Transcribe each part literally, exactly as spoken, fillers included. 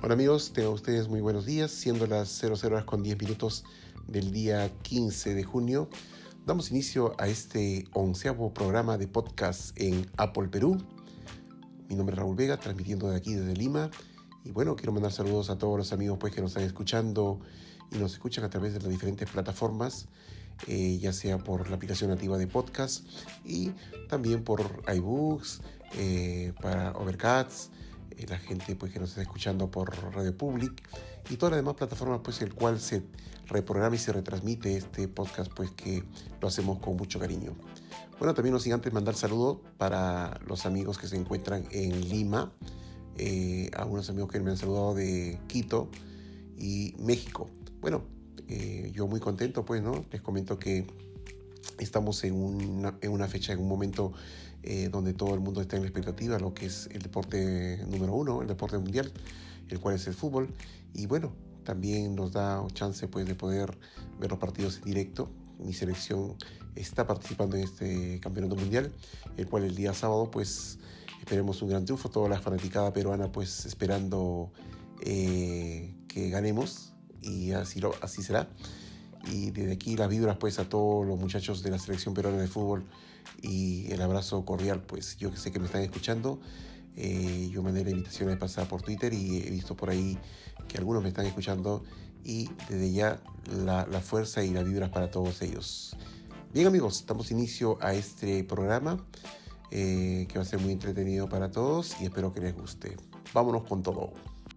Hola amigos, tengan ustedes muy buenos días, siendo las cero cero horas con diez minutos del día quince de junio. Damos inicio a este onceavo programa de podcast en Apple Perú. Mi nombre es Raúl Vega, transmitiendo de aquí desde Lima. Y bueno, quiero mandar saludos a todos los amigos pues, que nos están escuchando y nos escuchan a través de las diferentes plataformas, eh, ya sea por la aplicación nativa de podcast y también por iBooks, eh, para Overcast, eh, la gente pues, que nos está escuchando por Radio Public y todas las demás plataformas pues, el cual se reprograma y se retransmite este podcast pues, que lo hacemos con mucho cariño. Bueno, también no sin antes mandar saludos para los amigos que se encuentran en Lima, eh, algunos amigos que me han saludado de Quito y México. Bueno, eh, yo muy contento, pues, ¿no? Les comento que estamos en una, en una fecha, en un momento eh, donde todo el mundo está en la expectativa, lo que es el deporte número uno, el deporte mundial, el cual es el fútbol. Y bueno, también nos da chance, pues, de poder ver los partidos en directo. Mi selección está participando en este campeonato mundial, el cual el día sábado, pues, esperemos un gran triunfo. Toda la fanaticada peruana, pues, esperando eh, que ganemos, y así, lo, así será. Y desde aquí las vibras, pues, a todos los muchachos de la selección peruana de fútbol y el abrazo cordial, pues, yo que sé que me están escuchando. Eh, yo mandé la invitación de pasar por Twitter y he visto por ahí que algunos me están escuchando y desde ya la, la fuerza y las vibras para todos ellos. Bien amigos, damos inicio a este programa eh, que va a ser muy entretenido para todos y espero que les guste. Vámonos con todo.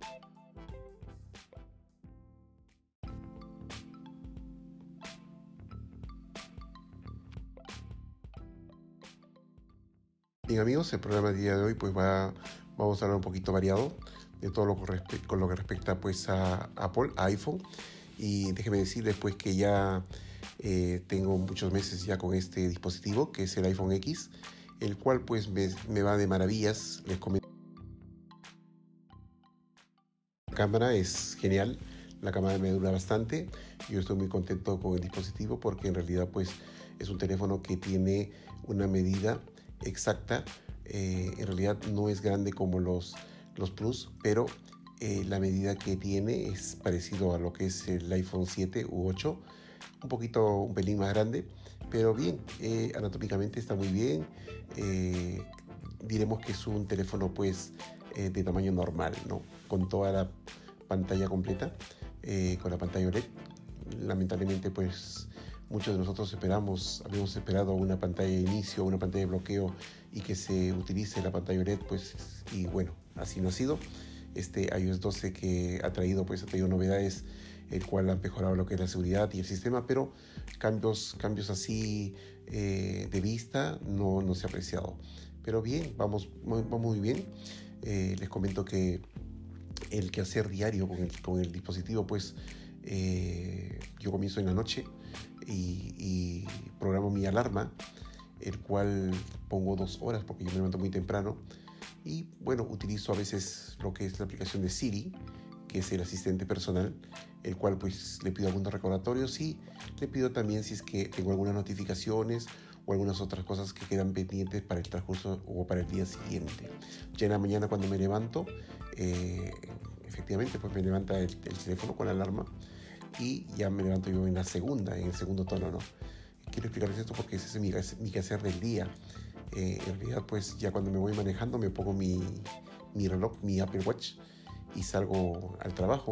Bien amigos, el programa del día de hoy pues va, vamos a hablar un poquito variado de todo lo que respe- con lo que respecta pues a Apple, a iPhone. Y déjenme decirles pues que ya eh, tengo muchos meses ya con este dispositivo que es el iPhone X, el cual pues me, me va de maravillas. Les comento, la cámara es genial, la cámara me dura bastante. Yo estoy muy contento con el dispositivo porque en realidad pues es un teléfono que tiene una medida exacta. Eh, en realidad no es grande como los, los Plus, pero eh, la medida que tiene es parecido a lo que es el iPhone siete u ocho, un poquito, un pelín más grande, pero bien, eh, anatómicamente está muy bien. Eh, diremos que es un teléfono pues eh, de tamaño normal, ¿no? Con toda la pantalla completa, eh, con la pantalla O L E D. Lamentablemente pues muchos de nosotros esperamos, habíamos esperado una pantalla de inicio, una pantalla de bloqueo y que se utilice la pantalla O L E D, pues, y bueno, así no ha sido. Este iOS doce que ha traído, pues, ha traído novedades, el cual ha mejorado lo que es la seguridad y el sistema, pero cambios, cambios así eh, de vista no, no se ha apreciado. Pero bien, vamos, vamos muy bien. Eh, les comento que el quehacer diario con el, con el dispositivo, pues, eh, yo comienzo en la noche y, y programo mi alarma, el cual pongo dos horas porque yo me levanto muy temprano. Y bueno, utilizo a veces lo que es la aplicación de Siri, que es el asistente personal, el cual pues le pido algunos recordatorios y le pido también si es que tengo algunas notificaciones o algunas otras cosas que quedan pendientes para el transcurso o para el día siguiente. Ya en la mañana cuando me levanto, eh, efectivamente pues me levanta el, el teléfono con la alarma y ya me levanto yo en la segunda, en el segundo tono, ¿no? Quiero explicarles esto porque ese es mi, mi quehacer del día. Eh, en realidad pues ya cuando me voy manejando me pongo mi, mi reloj, mi Apple Watch y salgo al trabajo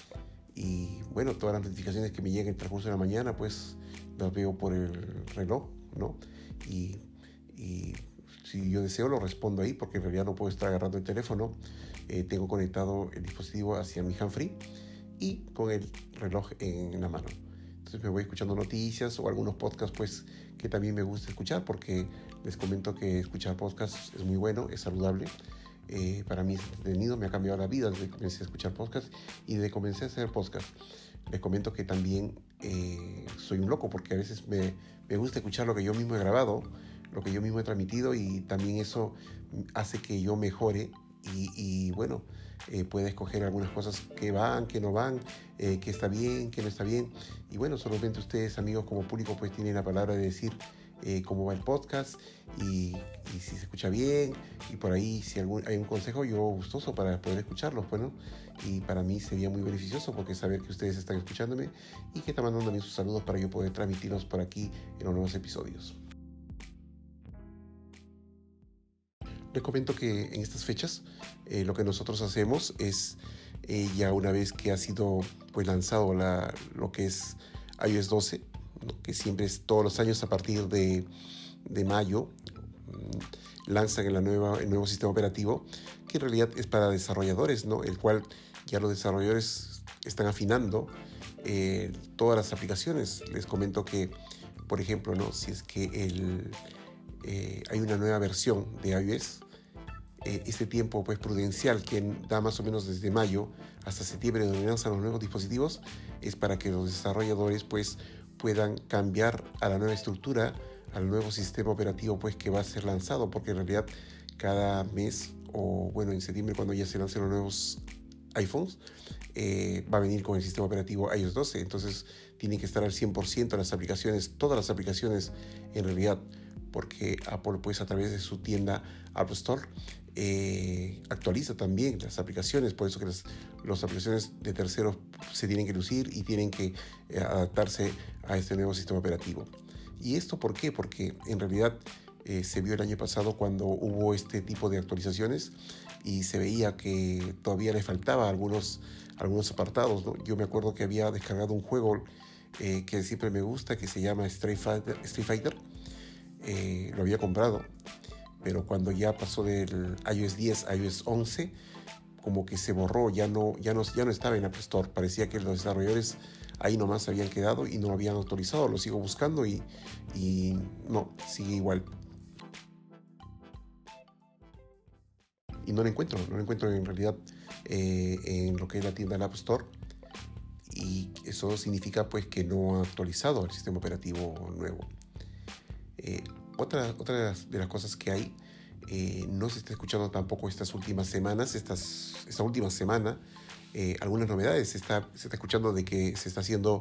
y bueno, todas las notificaciones que me llegan en el transcurso de la mañana pues las veo por el reloj, ¿no? Y, y si yo deseo lo respondo ahí porque en realidad no puedo estar agarrando el teléfono. Eh, tengo conectado el dispositivo hacia mi handfree y con el reloj en la mano. Entonces me voy escuchando noticias o algunos podcasts pues que también me gusta escuchar, porque les comento que escuchar podcasts es muy bueno, es saludable. Eh, para mí es entretenido, me ha cambiado la vida desde que comencé a escuchar podcasts y desde que comencé a hacer podcasts. Les comento que también eh, soy un loco porque a veces me, me gusta escuchar lo que yo mismo he grabado, lo que yo mismo he transmitido, y también eso hace que yo mejore y, y bueno, eh, pueda escoger algunas cosas que van, que no van, eh, que está bien, que no está bien. Y bueno, solamente ustedes, amigos, como público, pues tienen la palabra de decir eh, cómo va el podcast y, y si se escucha bien, y por ahí si algún, hay un consejo, yo gustoso para poder escucharlos, bueno, y para mí sería muy beneficioso porque saber que ustedes están escuchándome y que están mandando sus saludos para yo poder transmitirlos por aquí en los nuevos episodios. Les comento que en estas fechas eh, lo que nosotros hacemos es, eh, ya una vez que ha sido pues lanzado la, lo que es iOS doce, ¿no? Que siempre es todos los años a partir de, de mayo, mmm, lanzan la nueva, el nuevo sistema operativo, que en realidad es para desarrolladores, ¿no? El cual ya los desarrolladores están afinando eh, todas las aplicaciones. Les comento que, por ejemplo, ¿no? Si es que el, eh, hay una nueva versión de iOS, eh, este tiempo pues prudencial que da más o menos desde mayo hasta septiembre, donde lanzan los nuevos dispositivos, es para que los desarrolladores pues puedan cambiar a la nueva estructura, al nuevo sistema operativo pues que va a ser lanzado, porque en realidad cada mes, o bueno, en septiembre cuando ya se lancen los nuevos iPhones, eh, va a venir con el sistema operativo iOS doce. Entonces tienen que estar al cien por ciento las aplicaciones, todas las aplicaciones en realidad, porque Apple pues a través de su tienda App Store eh, actualiza también las aplicaciones, por eso que las, las aplicaciones de terceros se tienen que lucir y tienen que eh, adaptarse a este nuevo sistema operativo. ¿Y esto por qué? Porque en realidad eh, se vio el año pasado cuando hubo este tipo de actualizaciones y se veía que todavía le faltaba algunos, algunos apartados, ¿no? Yo me acuerdo que había descargado un juego eh, que siempre me gusta, que se llama Street Fighter, Street Fighter. Eh, lo había comprado, pero cuando ya pasó del iOS diez a iOS once, como que se borró, ya no, ya no, ya no estaba en App Store. Parecía que los desarrolladores ahí nomás se habían quedado y no lo habían actualizado. Lo sigo buscando y, y no, sigue igual. Y no lo encuentro, no lo encuentro en realidad eh, en lo que es la tienda del App Store. Y eso significa pues que no ha actualizado el sistema operativo nuevo. Eh, otra, otra de las cosas que hay, eh, no se está escuchando tampoco estas últimas semanas, estas, esta última semana, eh, algunas novedades. Se está, se está escuchando de que se está haciendo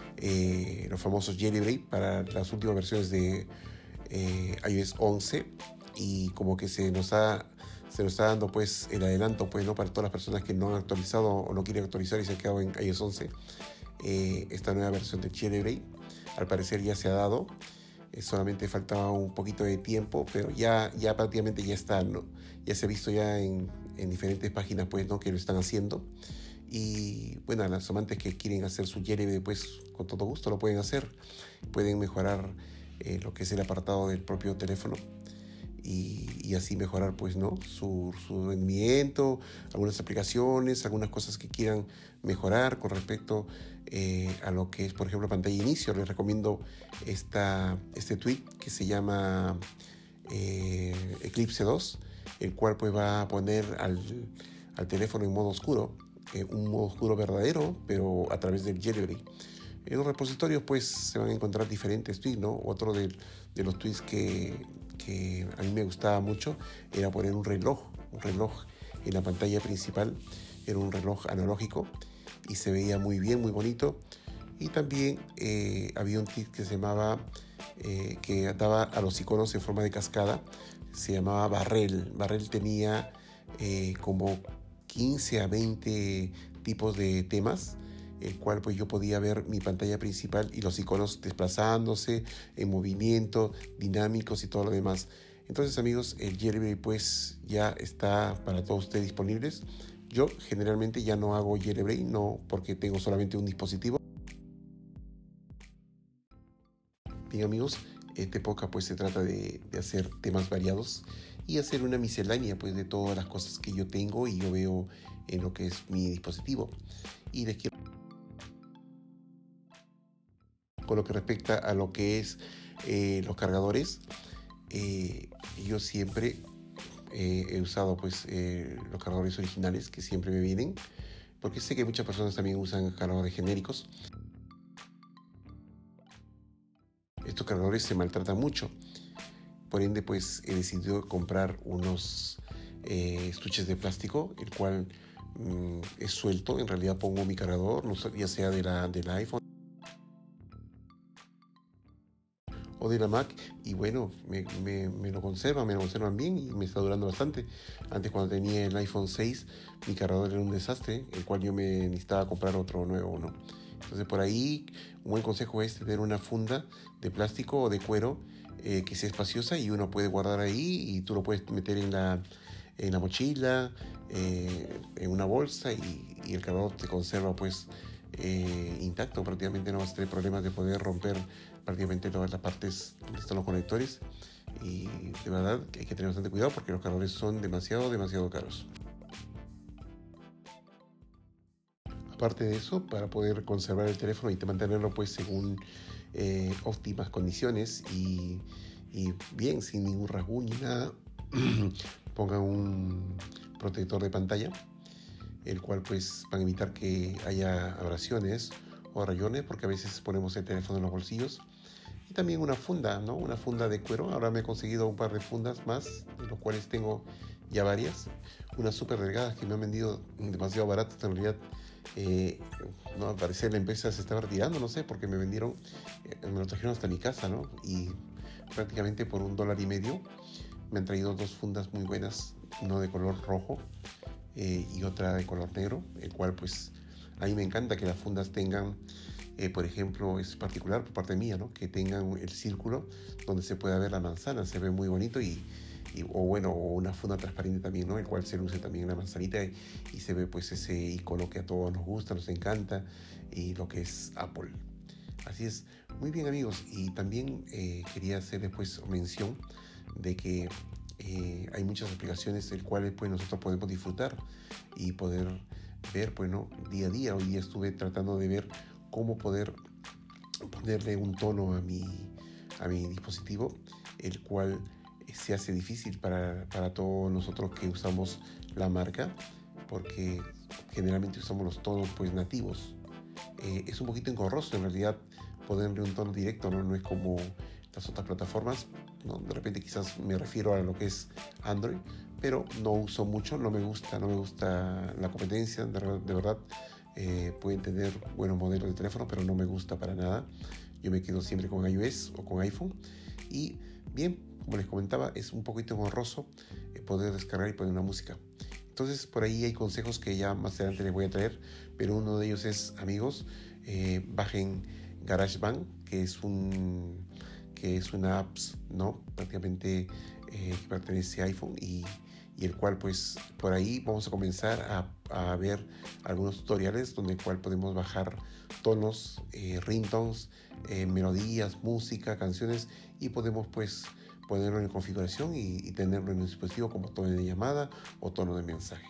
eh, los famosos jailbreak para las últimas versiones de eh, iOS once, y como que se nos ha se nos está dando pues el adelanto pues, ¿no? Para todas las personas que no han actualizado o no quieren actualizar y se han quedado en iOS once, eh, esta nueva versión de jailbreak al parecer ya se ha dado. Eh, solamente faltaba un poquito de tiempo, pero ya, ya prácticamente ya está, ¿no? Ya se ha visto ya en, en diferentes páginas pues, ¿no? Que lo están haciendo. Y bueno, a los amantes que quieren hacer su jailbreak pues con todo gusto lo pueden hacer. Pueden mejorar eh, lo que es el apartado del propio teléfono. Y, y así mejorar pues, ¿no? su, su rendimiento, algunas aplicaciones, algunas cosas que quieran mejorar con respecto eh, a lo que es, por ejemplo, pantalla de inicio. Les recomiendo esta, este tweet que se llama eh, Eclipse dos, el cual pues va a poner al, al teléfono en modo oscuro, eh, un modo oscuro verdadero, pero a través del jailbreak. En los repositorios pues se van a encontrar diferentes tweets, ¿no? Otro de, de los tweets que, que a mí me gustaba mucho era poner un reloj, un reloj en la pantalla principal. Era un reloj analógico y se veía muy bien, muy bonito. Y también eh, había un tweet que se llamaba, eh, que daba a los iconos en forma de cascada, se llamaba Barrel. Barrel tenía eh, como quince a veinte tipos de temas, el cual pues yo podía ver mi pantalla principal y los iconos desplazándose en movimiento, dinámicos y todo lo demás. Entonces, amigos, el jailbreak pues ya está para todos ustedes disponibles. Yo generalmente ya no hago jailbreak, no, porque tengo solamente un dispositivo. Bien, amigos, este podcast pues se trata de, de hacer temas variados y hacer una miscelánea pues de todas las cosas que yo tengo y yo veo en lo que es mi dispositivo. Y les quiero, con lo que respecta a lo que es eh, los cargadores, eh, yo siempre eh, he usado pues eh, los cargadores originales que siempre me vienen, porque sé que muchas personas también usan cargadores genéricos. Estos cargadores se maltratan mucho, por ende pues he decidido comprar unos eh, estuches de plástico, el cual mmm, es suelto. En realidad pongo mi cargador, ya sea de la, del iPhone o de la Mac, y bueno, me, me, me lo conservan, me lo conservan bien y me está durando bastante. Antes, cuando tenía el iPhone seis, mi cargador era un desastre, el cual yo me necesitaba comprar otro nuevo, ¿no? Entonces, por ahí un buen consejo es tener una funda de plástico o de cuero eh, que sea espaciosa, y uno puede guardar ahí, y tú lo puedes meter en la, en la mochila, eh, en una bolsa, y, y el cargador te conserva pues eh, intacto. Prácticamente no vas a tener problemas de poder romper prácticamente todas las partes donde están los conectores, y de verdad que hay que tener bastante cuidado porque los cargadores son demasiado, demasiado caros. Aparte de eso, para poder conservar el teléfono y mantenerlo pues según eh, óptimas condiciones y, y bien, sin ningún rasguño ni nada, pongan un protector de pantalla, el cual pues van a evitar que haya abrasiones o rayones, porque a veces ponemos el teléfono en los bolsillos. Y también una funda, ¿no? Una funda de cuero. Ahora me he conseguido un par de fundas más, de los cuales tengo ya varias. Unas súper delgadas que me han vendido demasiado baratas. En realidad, eh, no, al parecer la empresa se estaba retirando, no sé, porque me vendieron, eh, me lo trajeron hasta mi casa, ¿no? Y prácticamente por un dólar y medio me han traído dos fundas muy buenas, uno de color rojo eh, y otra de color negro, el cual pues a mí me encanta que las fundas tengan, eh, por ejemplo, es particular por parte mía, ¿no? Que tengan el círculo donde se pueda ver la manzana, se ve muy bonito, y, y o bueno, o una funda transparente también, ¿no? El cual se luce también la manzanita, y, y se ve pues ese icono que a todos nos gusta, nos encanta, y lo que es Apple. Así es. Muy bien, amigos, y también eh, quería hacer después mención de que eh, hay muchas aplicaciones el cuales pues nosotros podemos disfrutar y poder ver, pues no, día a día. Hoy día estuve tratando de ver cómo poder ponerle un tono a mi, a mi dispositivo, el cual se hace difícil para, para todos nosotros que usamos la marca, porque generalmente usamos los tonos pues nativos. Eh, es un poquito engorroso en realidad ponerle un tono directo, ¿no? No es como las otras plataformas, ¿no? De repente quizás me refiero a lo que es Android, pero no uso mucho, no me gusta, no me gusta la competencia, de, de verdad. Eh, pueden tener buenos modelos de teléfono, pero no me gusta para nada. Yo me quedo siempre con iOS o con iPhone. Y bien, como les comentaba, es un poquito engorroso eh, poder descargar y poner una música. Entonces, por ahí hay consejos que ya más adelante les voy a traer, pero uno de ellos es, amigos, eh, bajen GarageBand, que es un que es una app, ¿no? Prácticamente eh, que pertenece a iPhone, y, y el cual pues por ahí vamos a comenzar a, a ver algunos tutoriales donde el cual podemos bajar tonos, eh, ringtones, eh, melodías, música, canciones, y podemos pues ponerlo en configuración y, y tenerlo en el dispositivo como tono de llamada o tono de mensaje.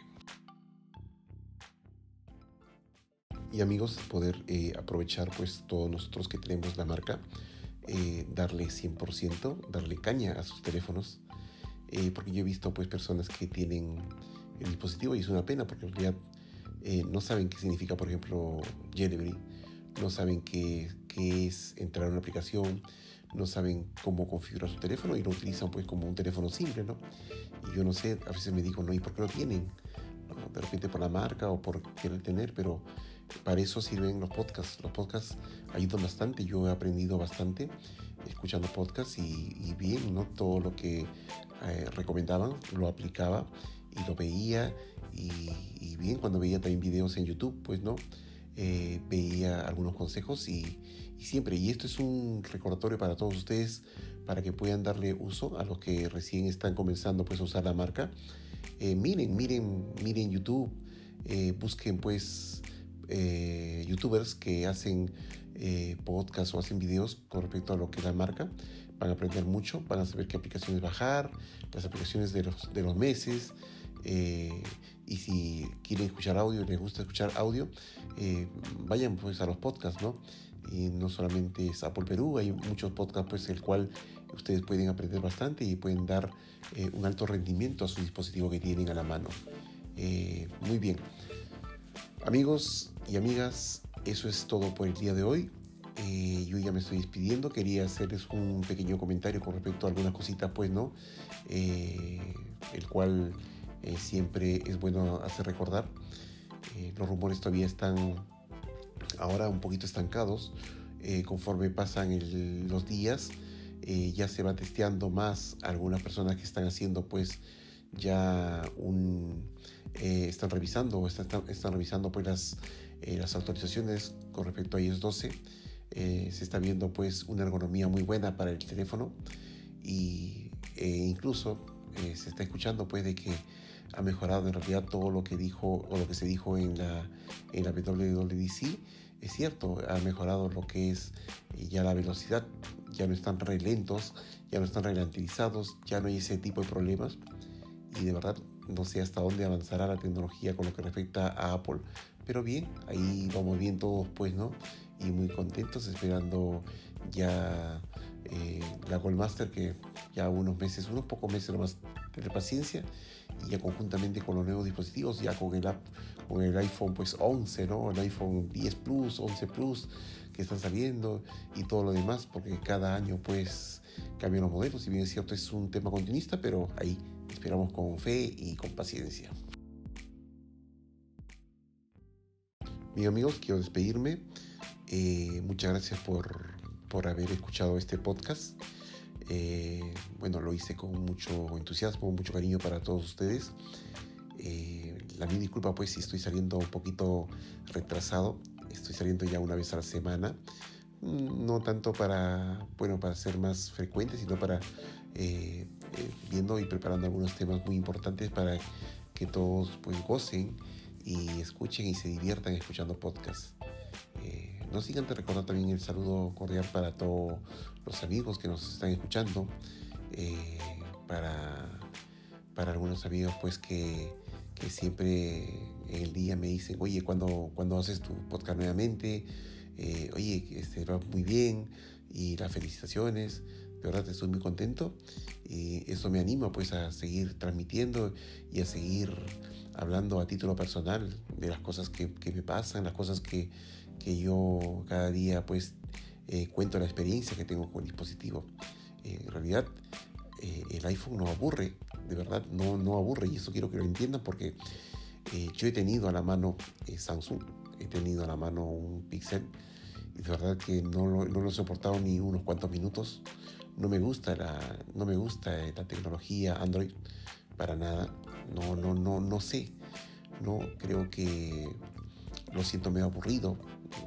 Y amigos, poder eh, aprovechar pues todos nosotros que tenemos la marca, eh, darle cien por ciento, darle caña a sus teléfonos, eh, porque yo he visto pues personas que tienen el dispositivo, y es una pena porque en realidad eh, no saben qué significa, por ejemplo, jailbreak, no saben qué, qué es entrar a una aplicación, no saben cómo configurar su teléfono, y lo utilizan pues como un teléfono simple, ¿no? Y yo no sé, a veces me digo, no, ¿y por qué lo tienen? ¿No? De repente por la marca o por querer tener, pero para eso sirven los podcasts. Los podcasts ayudan bastante, yo he aprendido bastante escuchando podcasts, y, y bien, ¿no? Todo lo que eh, recomendaban lo aplicaba y lo veía, y, y bien, cuando veía también videos en YouTube, pues no, eh, veía algunos consejos, y, y siempre, y esto es un recordatorio para todos ustedes, para que puedan darle uso a los que recién están comenzando pues a usar la marca. Eh, miren, miren, miren YouTube, eh, busquen pues eh, youtubers que hacen eh, podcasts o hacen videos con respecto a lo que es la marca. Van a aprender mucho, van a saber qué aplicaciones bajar, las aplicaciones de los, de los meses, eh, y si quieren escuchar audio, les gusta escuchar audio, eh, vayan pues a los podcasts, ¿no? Y no solamente es Apple Perú, hay muchos podcasts pues el cual ustedes pueden aprender bastante y pueden dar eh, un alto rendimiento a su dispositivo que tienen a la mano. Eh, muy bien, amigos y amigas, eso es todo por el día de hoy. Eh, yo ya me estoy despidiendo. Quería hacerles un pequeño comentario con respecto a algunas cositas, pues, ¿no? Eh, el cual eh, siempre es bueno hacer recordar. Eh, los rumores todavía están ahora un poquito estancados. Eh, conforme pasan el, los días, eh, ya se va testeando más. Algunas personas que están haciendo pues ya un eh, están revisando están, están revisando pues las, eh, las actualizaciones con respecto a iOS doce. Eh, se está viendo pues una ergonomía muy buena para el teléfono, y eh, incluso eh, se está escuchando pues de que ha mejorado en realidad todo lo que dijo o lo que se dijo en la en la W W D C. Es cierto, ha mejorado lo que es eh, ya la velocidad. Ya no están re lentos, ya no están ralentizados, ya no hay ese tipo de problemas. Y de verdad no sé hasta dónde avanzará la tecnología con lo que respecta a Apple, pero bien, ahí vamos bien todos pues, ¿no? Y muy contentos esperando ya eh, la Goldmaster, que ya unos meses, unos pocos meses nomás de paciencia, y ya conjuntamente con los nuevos dispositivos, ya con el, app, con el iPhone pues once, ¿no? El iPhone diez Plus, once Plus que están saliendo, y todo lo demás, porque cada año pues cambian los modelos. Si bien es cierto, es un tema continuista, pero ahí esperamos con fe y con paciencia. Bien, amigos, quiero despedirme. Eh, muchas gracias por, por haber escuchado este podcast. Eh, bueno, lo hice con mucho entusiasmo, mucho cariño para todos ustedes. Eh, la mía disculpa pues si estoy saliendo un poquito retrasado. Estoy saliendo ya una vez a la semana. No tanto para, bueno, para ser más frecuente, sino para eh, eh, viendo y preparando algunos temas muy importantes para que todos pues gocen y escuchen y se diviertan escuchando podcasts. Eh, no sin antes recordar también el saludo cordial para todos los amigos que nos están escuchando, eh, para, para algunos amigos pues que, que siempre en el día me dicen, oye, ¿cuándo, ¿cuándo haces tu podcast nuevamente? Eh, oye, este, va muy bien, y las felicitaciones. De verdad estoy muy contento, y eso me anima pues a seguir transmitiendo y a seguir hablando a título personal de las cosas que, que me pasan, las cosas que, que yo cada día pues eh, cuento la experiencia que tengo con el dispositivo. Eh, en realidad eh, el iPhone no aburre, de verdad no, no aburre, y eso quiero que lo entiendan, porque eh, yo he tenido a la mano eh, Samsung, he tenido a la mano un Pixel, y de verdad que no lo, no lo he soportado ni unos cuantos minutos. No me gusta la, no me gusta la tecnología Android para nada. No, no, no, no sé. No creo que lo siento medio aburrido.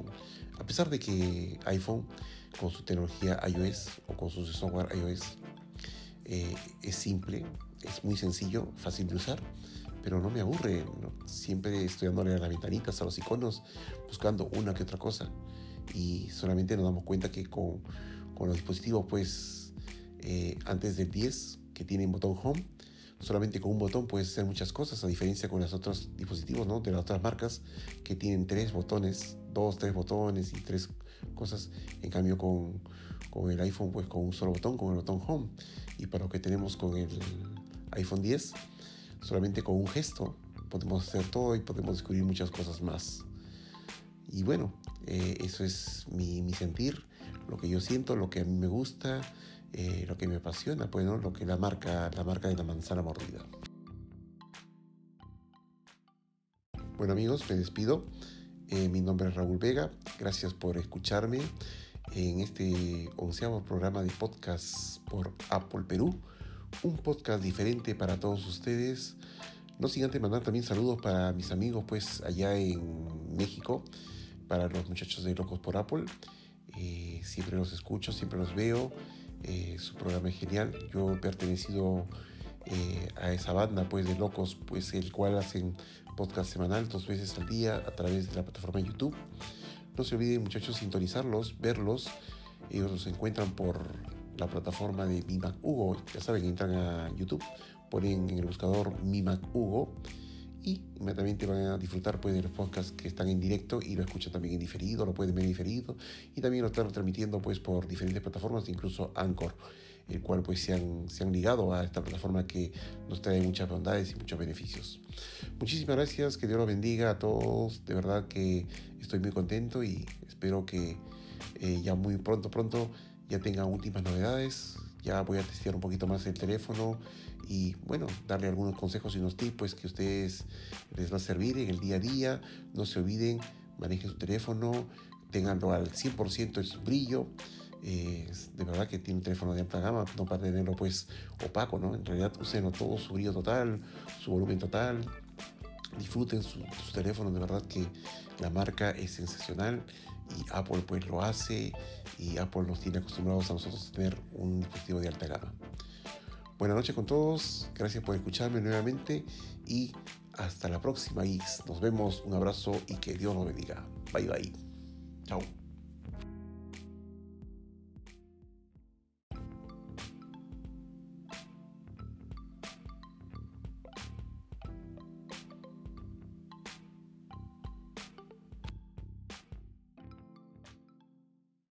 A pesar de que iPhone con su tecnología iOS o con su software iOS eh, es simple, es muy sencillo, fácil de usar, pero no me aburre, ¿no? Siempre estoy dándole a las ventanitas, a los iconos, buscando una que otra cosa, y solamente nos damos cuenta que con, con los dispositivos pues eh, antes del diez, que tienen botón Home, solamente con un botón puedes hacer muchas cosas, a diferencia con los otros dispositivos, ¿no? De las otras marcas que tienen tres botones, dos, tres botones y tres cosas. En cambio con, con el iPhone pues con un solo botón, con el botón Home. Y para lo que tenemos con el iPhone diez, solamente con un gesto podemos hacer todo y podemos descubrir muchas cosas más. Y bueno, eh, eso es mi, mi sentir, lo que yo siento, lo que a mí me gusta, eh, lo que me apasiona, pues, ¿no? Lo que la marca, la marca de la manzana mordida. Bueno, amigos, me despido. Eh, mi nombre es Raúl Vega. Gracias por escucharme en este onceavo programa de podcast por Apple Perú. Un podcast diferente para todos ustedes. No sin antes mandar también saludos para mis amigos pues allá en México, para los muchachos de Locos por Apple. Eh, siempre los escucho, siempre los veo. Eh, su programa es genial. Yo he pertenecido eh, a esa banda pues de locos, pues el cual hacen podcast semanal dos veces al día a través de la plataforma de YouTube. No se olviden, muchachos, sintonizarlos, verlos. Ellos los encuentran por la plataforma de Mi Mac Hugo. Ya saben, entran a YouTube, ponen en el buscador Mi Mac Hugo, y inmediatamente van a disfrutar pues de los podcasts que están en directo, y lo escuchan también en diferido, lo pueden ver en diferido, y también lo están transmitiendo pues por diferentes plataformas, incluso Anchor, el cual pues se han, se han ligado a esta plataforma que nos trae muchas bondades y muchos beneficios. Muchísimas gracias, que Dios los bendiga a todos, de verdad que estoy muy contento, y espero que eh, ya muy pronto, pronto ya tengan últimas novedades. Ya voy a testear un poquito más el teléfono y bueno, darle algunos consejos y unos tips pues, que a ustedes les va a servir en el día a día. No se olviden, manejen su teléfono, tenganlo al cien por ciento en su brillo, Eh, de verdad que tiene un teléfono de alta gama, no para tenerlo pues opaco, ¿no? En realidad usen todo su brillo total, su volumen total. Disfruten su, sus teléfonos, de verdad que la marca es sensacional y Apple pues lo hace, y Apple nos tiene acostumbrados a nosotros a tener un dispositivo de alta gama. Buenas noches con todos, gracias por escucharme nuevamente y hasta la próxima, y nos vemos, un abrazo y que Dios nos bendiga. Bye bye. Chao.